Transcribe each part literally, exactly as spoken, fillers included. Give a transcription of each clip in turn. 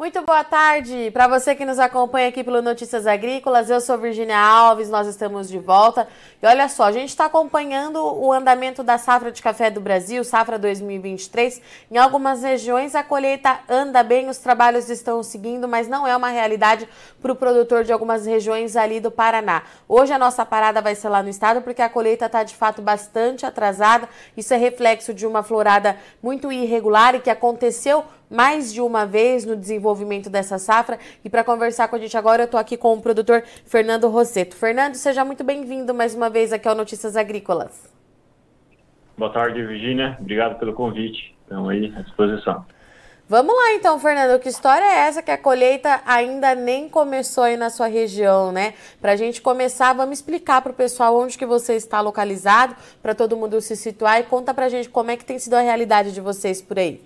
Muito boa tarde para você que nos acompanha aqui pelo Notícias Agrícolas. Eu sou Virgínia Alves, nós estamos de volta. E olha só, a gente está acompanhando o andamento da safra de café do Brasil, safra dois mil e vinte e três. Em algumas regiões a colheita anda bem, os trabalhos estão seguindo, mas não é uma realidade para o produtor de algumas regiões ali do Paraná. Hoje a nossa parada vai ser lá no estado porque a colheita está de fato bastante atrasada. Isso é reflexo de uma florada muito irregular e que aconteceu mais de uma vez no desenvolvimento dessa safra. E para conversar com a gente agora, eu estou aqui com o produtor Fernando Rossetto. Fernando, seja muito bem-vindo mais uma vez aqui ao Notícias Agrícolas. Boa tarde, Virgínia. Obrigado pelo convite. Estamos aí à disposição. Vamos lá então, Fernando. Que história é essa que a colheita ainda nem começou aí na sua região, né? Para a gente começar, vamos explicar para o pessoal onde que você está localizado, para todo mundo se situar, e conta para a gente como é que tem sido a realidade de vocês por aí.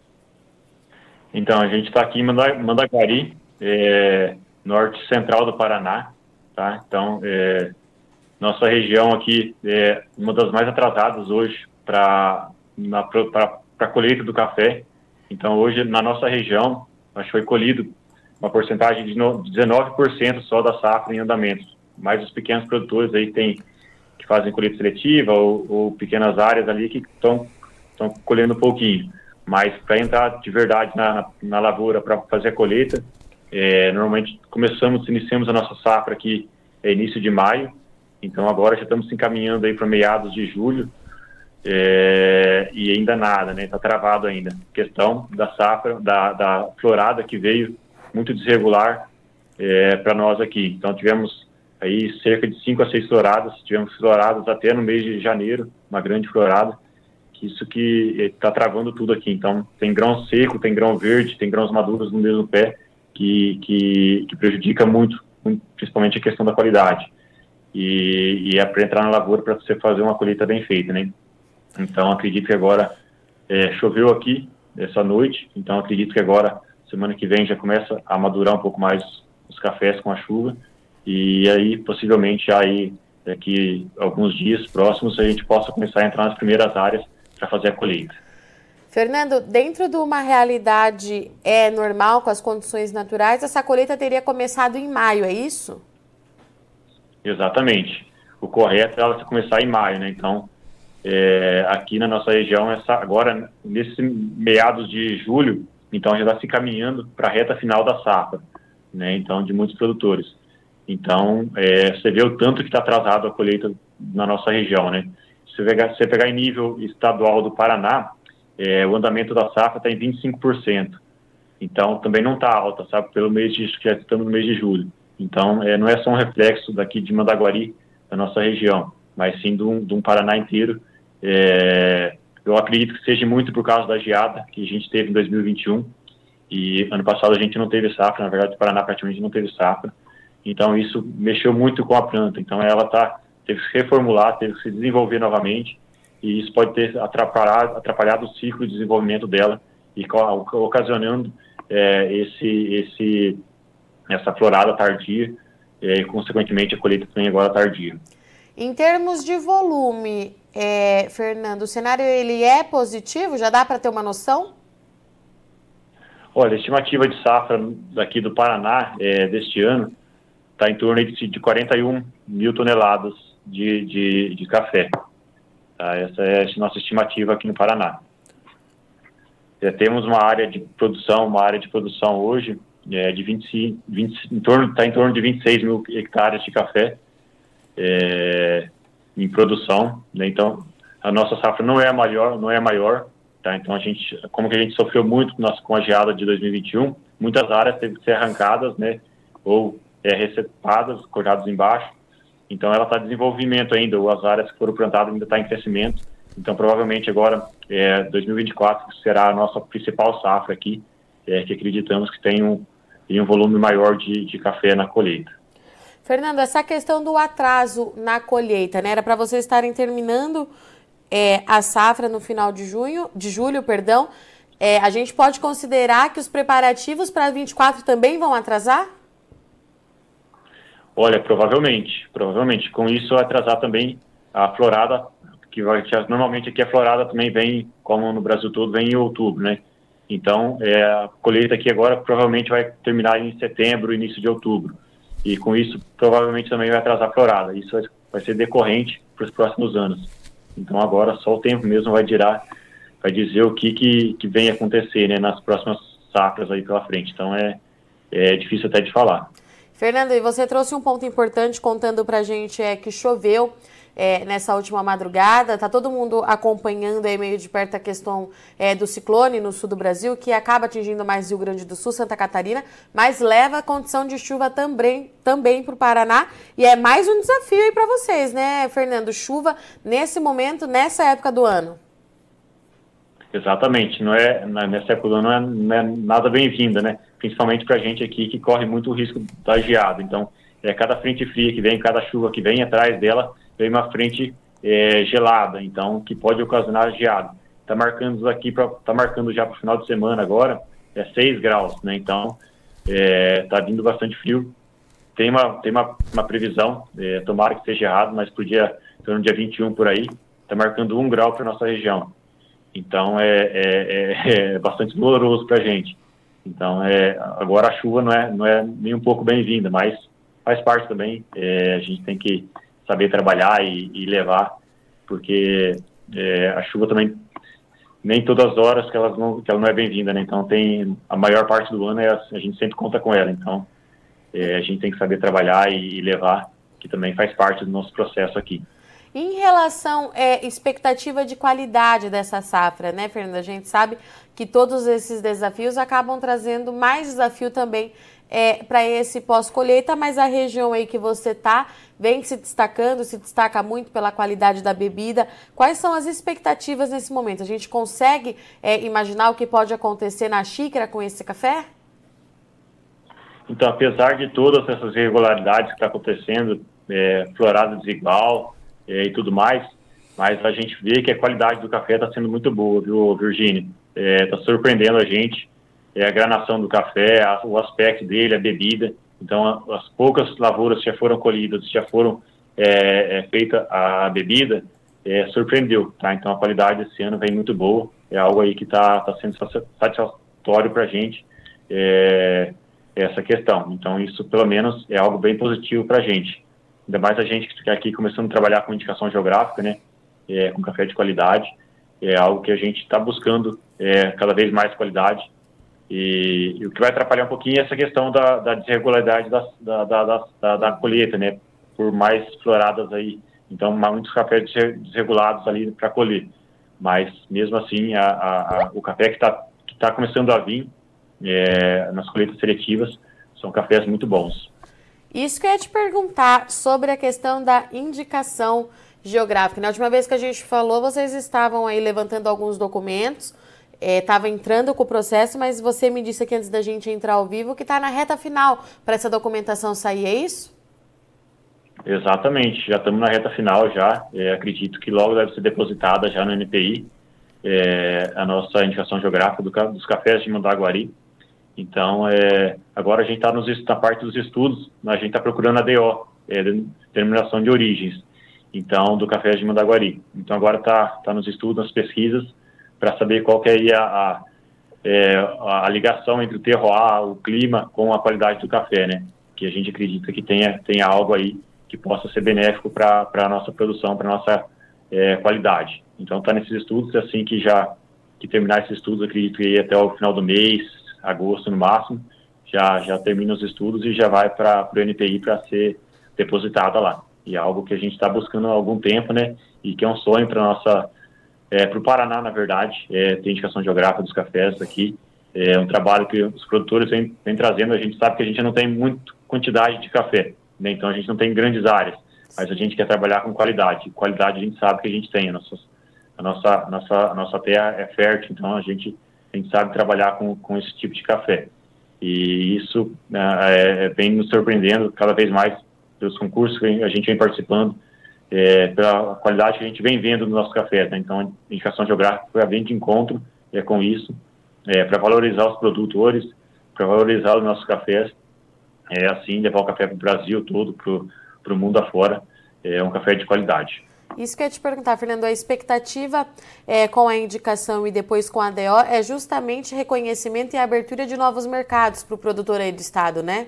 Então, a gente está aqui em Mandaguari, é, norte central do Paraná, tá? Então, é, nossa região aqui é uma das mais atrasadas hoje para a colheita do café. Então, hoje, na nossa região, acho que foi colhido uma porcentagem de dezenove por cento só da safra em andamento. Mais os pequenos produtores aí tem, que fazem colheita seletiva ou, ou pequenas áreas ali que estão colhendo um pouquinho. Mas para entrar de verdade na, na lavoura, para fazer a colheita, é, normalmente começamos, iniciamos a nossa safra aqui é, início de maio, então agora já estamos se encaminhando aí para meados de julho, é, e ainda nada, né? Está travado ainda. Questão da safra, da, da florada que veio muito desregular é, para nós aqui. Então tivemos aí cerca de cinco a seis floradas, tivemos floradas até no mês de janeiro, uma grande florada. Isso que está travando tudo aqui. Então, tem grão seco, tem grão verde, tem grãos maduros no mesmo pé, que, que, que prejudica muito, muito, principalmente a questão da qualidade. E, e é para entrar na lavoura para você fazer uma colheita bem feita, né? Então, acredito que agora é, choveu aqui essa noite, então acredito que agora, semana que vem, já começa a madurar um pouco mais os cafés com a chuva, e aí, possivelmente, aí, daqui alguns dias próximos, a gente possa começar a entrar nas primeiras áreas para fazer a colheita. Fernando, dentro de uma realidade é normal, com as condições naturais, essa colheita teria começado em maio, é isso? Exatamente. O correto é ela começar em maio, né? Então, é, aqui na nossa região, essa, agora, nesse meados de julho, então já está se caminhando para a reta final da safra, né? Então, de muitos produtores. Então, é, você vê o tanto que está atrasado a colheita na nossa região, né? Se você pegar, se você pegar em nível estadual do Paraná, é, o andamento da safra está em vinte e cinco por cento. Então, também não está alta, sabe? Pelo mês de, já estamos no mês de julho. Então, é, não é só um reflexo daqui de Mandaguari, da nossa região, mas sim de um, de um Paraná inteiro. É, eu acredito que seja muito por causa da geada que a gente teve em dois mil e vinte e um. E ano passado a gente não teve safra, na verdade o Paraná praticamente não teve safra. Então, isso mexeu muito com a planta. Então, ela está... teve que se reformular, teve que se desenvolver novamente, e isso pode ter atrapalhado, atrapalhado o ciclo de desenvolvimento dela e ocasionando é, esse, esse, essa florada tardia é, e, consequentemente, a colheita também agora tardia. Em termos de volume, é, Fernando, o cenário ele é positivo? Já dá para ter uma noção? Olha, a estimativa de safra daqui do Paraná é, deste ano está em torno de quarenta e um mil toneladas De, de, de café. Tá? Essa é a nossa estimativa aqui no Paraná. Já temos uma área de produção, uma área de produção hoje é, de vinte, vinte, em torno, está em torno de vinte e seis mil hectares de café é, em produção, né? Então, a nossa safra não é a maior, não é a maior, tá? Então, a gente, como que a gente sofreu muito com a geada de dois mil e vinte e um, muitas áreas teve que ser arrancadas, né? Ou é, recepadas, cortadas embaixo. Então, ela está em desenvolvimento ainda, ou as áreas que foram plantadas ainda estão em crescimento. Então, provavelmente, agora, é, dois mil e vinte e quatro será a nossa principal safra aqui, é, que acreditamos que tem um, tem um volume maior de, de café na colheita. Fernando, essa questão do atraso na colheita, né? Era para vocês estarem terminando é, a safra no final de junho, de julho, perdão. É, a gente pode considerar que os preparativos para vinte e quatro também vão atrasar? Olha, provavelmente, provavelmente. Com isso, vai atrasar também a florada, que vai, normalmente aqui a florada também vem, como no Brasil todo, vem em outubro, né? Então, é, a colheita aqui agora provavelmente vai terminar em setembro, início de outubro. E com isso, provavelmente também vai atrasar a florada. Isso vai, vai ser decorrente para os próximos anos. Então, agora só o tempo mesmo vai dizer, vai dizer o que, que, que vem acontecer, né, nas próximas safras aí pela frente. Então, é, é difícil até de falar. Fernando, e você trouxe um ponto importante contando para a gente é, que choveu é, nessa última madrugada. Está todo mundo acompanhando aí meio de perto a questão é, do ciclone no sul do Brasil, que acaba atingindo mais Rio Grande do Sul, Santa Catarina, mas leva a condição de chuva também, também para o Paraná. E é mais um desafio aí para vocês, né, Fernando? Chuva nesse momento, nessa época do ano. Exatamente, não é, nessa época do ano não é, não é nada bem-vinda, né? Principalmente para a gente aqui que corre muito o risco da geada. Então, é, cada frente fria que vem, cada chuva que vem atrás dela, vem uma frente é, gelada, então, que pode ocasionar geada. Está marcando aqui, pra, tá marcando já para o final de semana agora, é seis graus, né? Então, está é, vindo bastante frio. Tem uma, tem uma, uma previsão, é, tomara que seja errado, mas para o dia, no dia vinte e um por aí, está marcando um grau para nossa região. Então, é, é, é bastante doloroso para a gente. Então, é, agora a chuva não é, não é nem um pouco bem-vinda, mas faz parte também. É, a gente tem que saber trabalhar e, e levar, porque é, a chuva também, nem todas as horas que, elas não, que ela não é bem-vinda, né? Então, tem, a maior parte do ano é, a gente sempre conta com ela. Então, é, a gente tem que saber trabalhar e, e levar, que também faz parte do nosso processo aqui. Em relação à é, expectativa de qualidade dessa safra, né, Fernanda? A gente sabe que todos esses desafios acabam trazendo mais desafio também é, para esse pós-colheita, mas a região aí que você está vem se destacando, se destaca muito pela qualidade da bebida. Quais são as expectativas nesse momento? A gente consegue é, imaginar o que pode acontecer na xícara com esse café? Então, apesar de todas essas irregularidades que estão acontecendo, é, florada desigual, É, e tudo mais, mas a gente vê que a qualidade do café está sendo muito boa, viu, Virgínia? Está é, surpreendendo a gente, é, a granação do café, a, o aspecto dele, a bebida. Então, a, as poucas lavouras que já foram colhidas, já foram é, é, feita a bebida, é, surpreendeu, tá? Então, a qualidade desse ano vem muito boa, é algo aí que está tá sendo satisfatório para a gente, é, essa questão. Então, isso, pelo menos, é algo bem positivo para a gente. Ainda mais a gente que está aqui começando a trabalhar com indicação geográfica, né, é, com café de qualidade, é algo que a gente está buscando é, cada vez mais qualidade. E, e o que vai atrapalhar um pouquinho é essa questão da, da desregularidade da, da, da, da, da colheita, né, por mais floradas aí. Então, muitos cafés desregulados ali para colher. Mas, mesmo assim, a, a, a, o café que está que tá começando a vir é, nas colheitas seletivas são cafés muito bons. Isso que eu ia te perguntar sobre a questão da indicação geográfica. Na última vez que a gente falou, vocês estavam aí levantando alguns documentos, estava é, entrando com o processo, mas você me disse aqui antes da gente entrar ao vivo que está na reta final para essa documentação sair, é isso? Exatamente, já estamos na reta final já, é, acredito que logo deve ser depositada já no N P I é, a nossa indicação geográfica do, dos cafés de Mandaguari. Então, é, agora a gente está na parte dos estudos, a gente está procurando a D O, é, Determinação de Origens, então, do café de Mandaguari. Então, agora está tá nos estudos, nas pesquisas, para saber qual que é a, a, é, a ligação entre o terroir, o clima, com a qualidade do café, né? Que a gente acredita que tenha, tenha algo aí que possa ser benéfico para a nossa produção, para a nossa é, qualidade. Então, está nesses estudos, assim que já que terminar esses estudos, acredito que até o final do mês, agosto no máximo, já, já termina os estudos e já vai para o N P I para ser depositada lá. E é algo que a gente está buscando há algum tempo, né? E que é um sonho para nossa, é, para o Paraná, na verdade, é, ter indicação geográfica dos cafés aqui. É um trabalho que os produtores vêm, vêm trazendo. A gente sabe que a gente não tem muita quantidade de café, né? Então a gente não tem grandes áreas, mas a gente quer trabalhar com qualidade. Qualidade a gente sabe que a gente tem. A nossa, a nossa, a nossa, a nossa terra é fértil, então a gente a gente sabe trabalhar com, com esse tipo de café. E isso é, vem nos surpreendendo cada vez mais pelos concursos que a gente vem participando, é, pela qualidade que a gente vem vendo no nosso café, né? Então, a indicação geográfica vem de encontro é, com isso, é, para valorizar os produtores, para valorizar os nossos cafés, é assim, levar o café para o Brasil todo, para o mundo afora, é um café de qualidade. Isso que eu ia te perguntar, Fernando, a expectativa é, com a indicação e depois com a D O é justamente reconhecimento e abertura de novos mercados para o produtor aí do estado, né?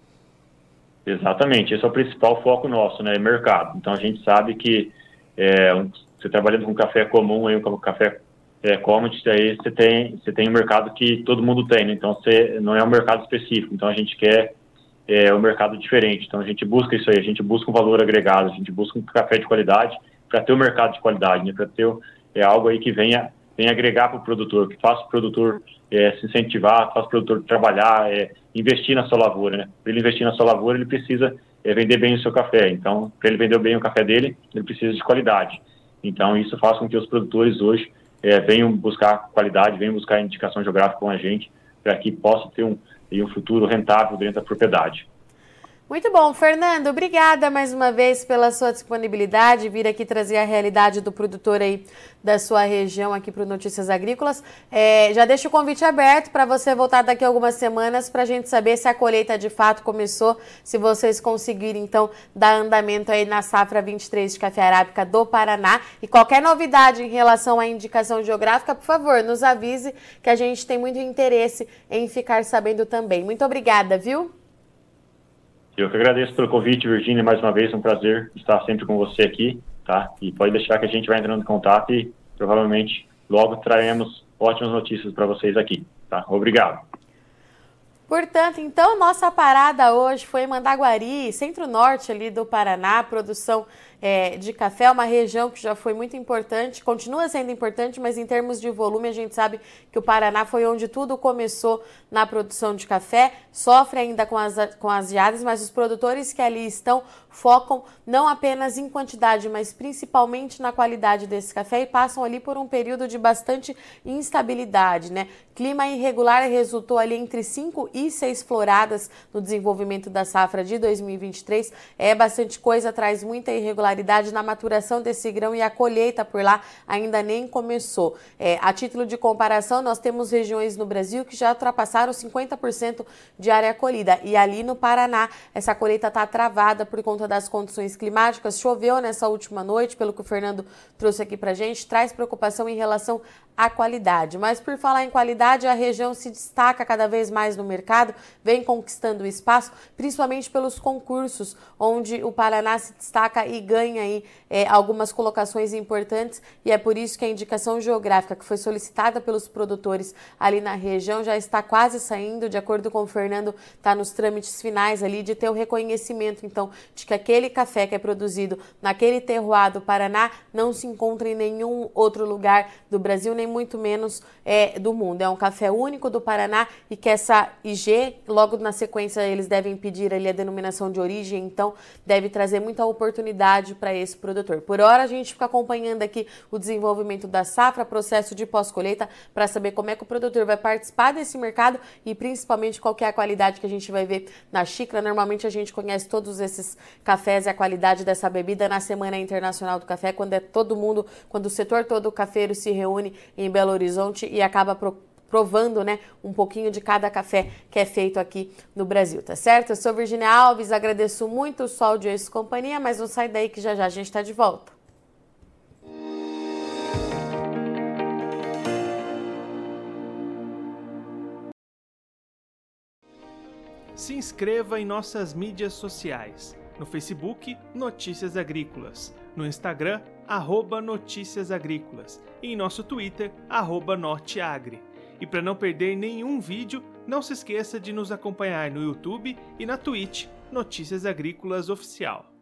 Exatamente, esse é o principal foco nosso, né, mercado. Então a gente sabe que é, você trabalhando com café comum, aí, com café é, commodity, aí você tem, você tem um mercado que todo mundo tem, né? Então você não é um mercado específico, então a gente quer é, um mercado diferente. Então a gente busca isso aí, a gente busca um valor agregado, a gente busca um café de qualidade para ter um mercado de qualidade, né? Para ter é, algo aí que venha, venha agregar para o produtor, que faça o produtor é, se incentivar, faça o produtor trabalhar, é, investir na sua lavoura, né? Para ele investir na sua lavoura, ele precisa é, vender bem o seu café. Então, para ele vender bem o café dele, ele precisa de qualidade. Então, isso faz com que os produtores hoje é, venham buscar qualidade, venham buscar indicação geográfica com a gente, para que possa ter um, um futuro rentável dentro da propriedade. Muito bom, Fernando, obrigada mais uma vez pela sua disponibilidade, vir aqui trazer a realidade do produtor aí da sua região aqui para o Notícias Agrícolas. É, já deixo o convite aberto para você voltar daqui a algumas semanas para a gente saber se a colheita de fato começou, se vocês conseguirem então dar andamento aí na safra vinte e três de café arábica do Paraná. E qualquer novidade em relação à indicação geográfica, por favor, nos avise que a gente tem muito interesse em ficar sabendo também. Muito obrigada, viu? Eu que agradeço pelo convite, Virgínia, mais uma vez, é um prazer estar sempre com você aqui, tá? E pode deixar que a gente vai entrando em contato e provavelmente logo traremos ótimas notícias para vocês aqui, tá? Obrigado. Portanto, então, nossa parada hoje foi em Mandaguari, centro-norte ali do Paraná, produção é, de café, uma região que já foi muito importante, continua sendo importante, mas em termos de volume a gente sabe que o Paraná foi onde tudo começou na produção de café, sofre ainda com as, com as geadas, mas os produtores que ali estão focam não apenas em quantidade, mas principalmente na qualidade desse café e passam ali por um período de bastante instabilidade, né? Clima irregular resultou ali entre cinco e seis floradas no desenvolvimento da safra de dois mil e vinte e três. É bastante coisa, traz muita irregularidade na maturação desse grão e a colheita por lá ainda nem começou. É, a título de comparação, nós temos regiões no Brasil que já ultrapassaram cinquenta por cento de área colhida e ali no Paraná essa colheita está travada por conta das condições climáticas. Choveu nessa última noite, pelo que o Fernando trouxe aqui pra gente, traz preocupação em relação à qualidade. Mas por falar em qualidade, a região se destaca cada vez mais no mercado, vem conquistando espaço, principalmente pelos concursos, onde o Paraná se destaca e ganha aí é, algumas colocações importantes, e é por isso que a indicação geográfica que foi solicitada pelos produtores ali na região já está quase saindo, de acordo com o Fernando, está nos trâmites finais ali de ter o reconhecimento, então, de que aquele café que é produzido naquele terroir do Paraná não se encontra em nenhum outro lugar do Brasil, nem muito menos é, do mundo. É um café único do Paraná e que essa I G, logo na sequência, eles devem pedir ali a denominação de origem, então deve trazer muita oportunidade para esse produtor. Por hora, a gente fica acompanhando aqui o desenvolvimento da safra, processo de pós-colheita, para saber como é que o produtor vai participar desse mercado e principalmente qual que é a qualidade que a gente vai ver na xícara. Normalmente a gente conhece todos esses cafés e a qualidade dessa bebida na Semana Internacional do Café, quando é todo mundo, quando o setor todo cafeiro se reúne em Belo Horizonte e acaba pro, provando, né, um pouquinho de cada café que é feito aqui no Brasil, tá certo? Eu sou Virgínia Alves, agradeço muito o Sol de Osso e Companhia, mas não sai daí que já já a gente está de volta. Se inscreva em nossas mídias sociais. No Facebook, Notícias Agrícolas. No Instagram, arroba Notícias Agrícolas. E em nosso Twitter, arroba Norteagri. E para não perder nenhum vídeo, não se esqueça de nos acompanhar no YouTube e na Twitch, Notícias Agrícolas Oficial.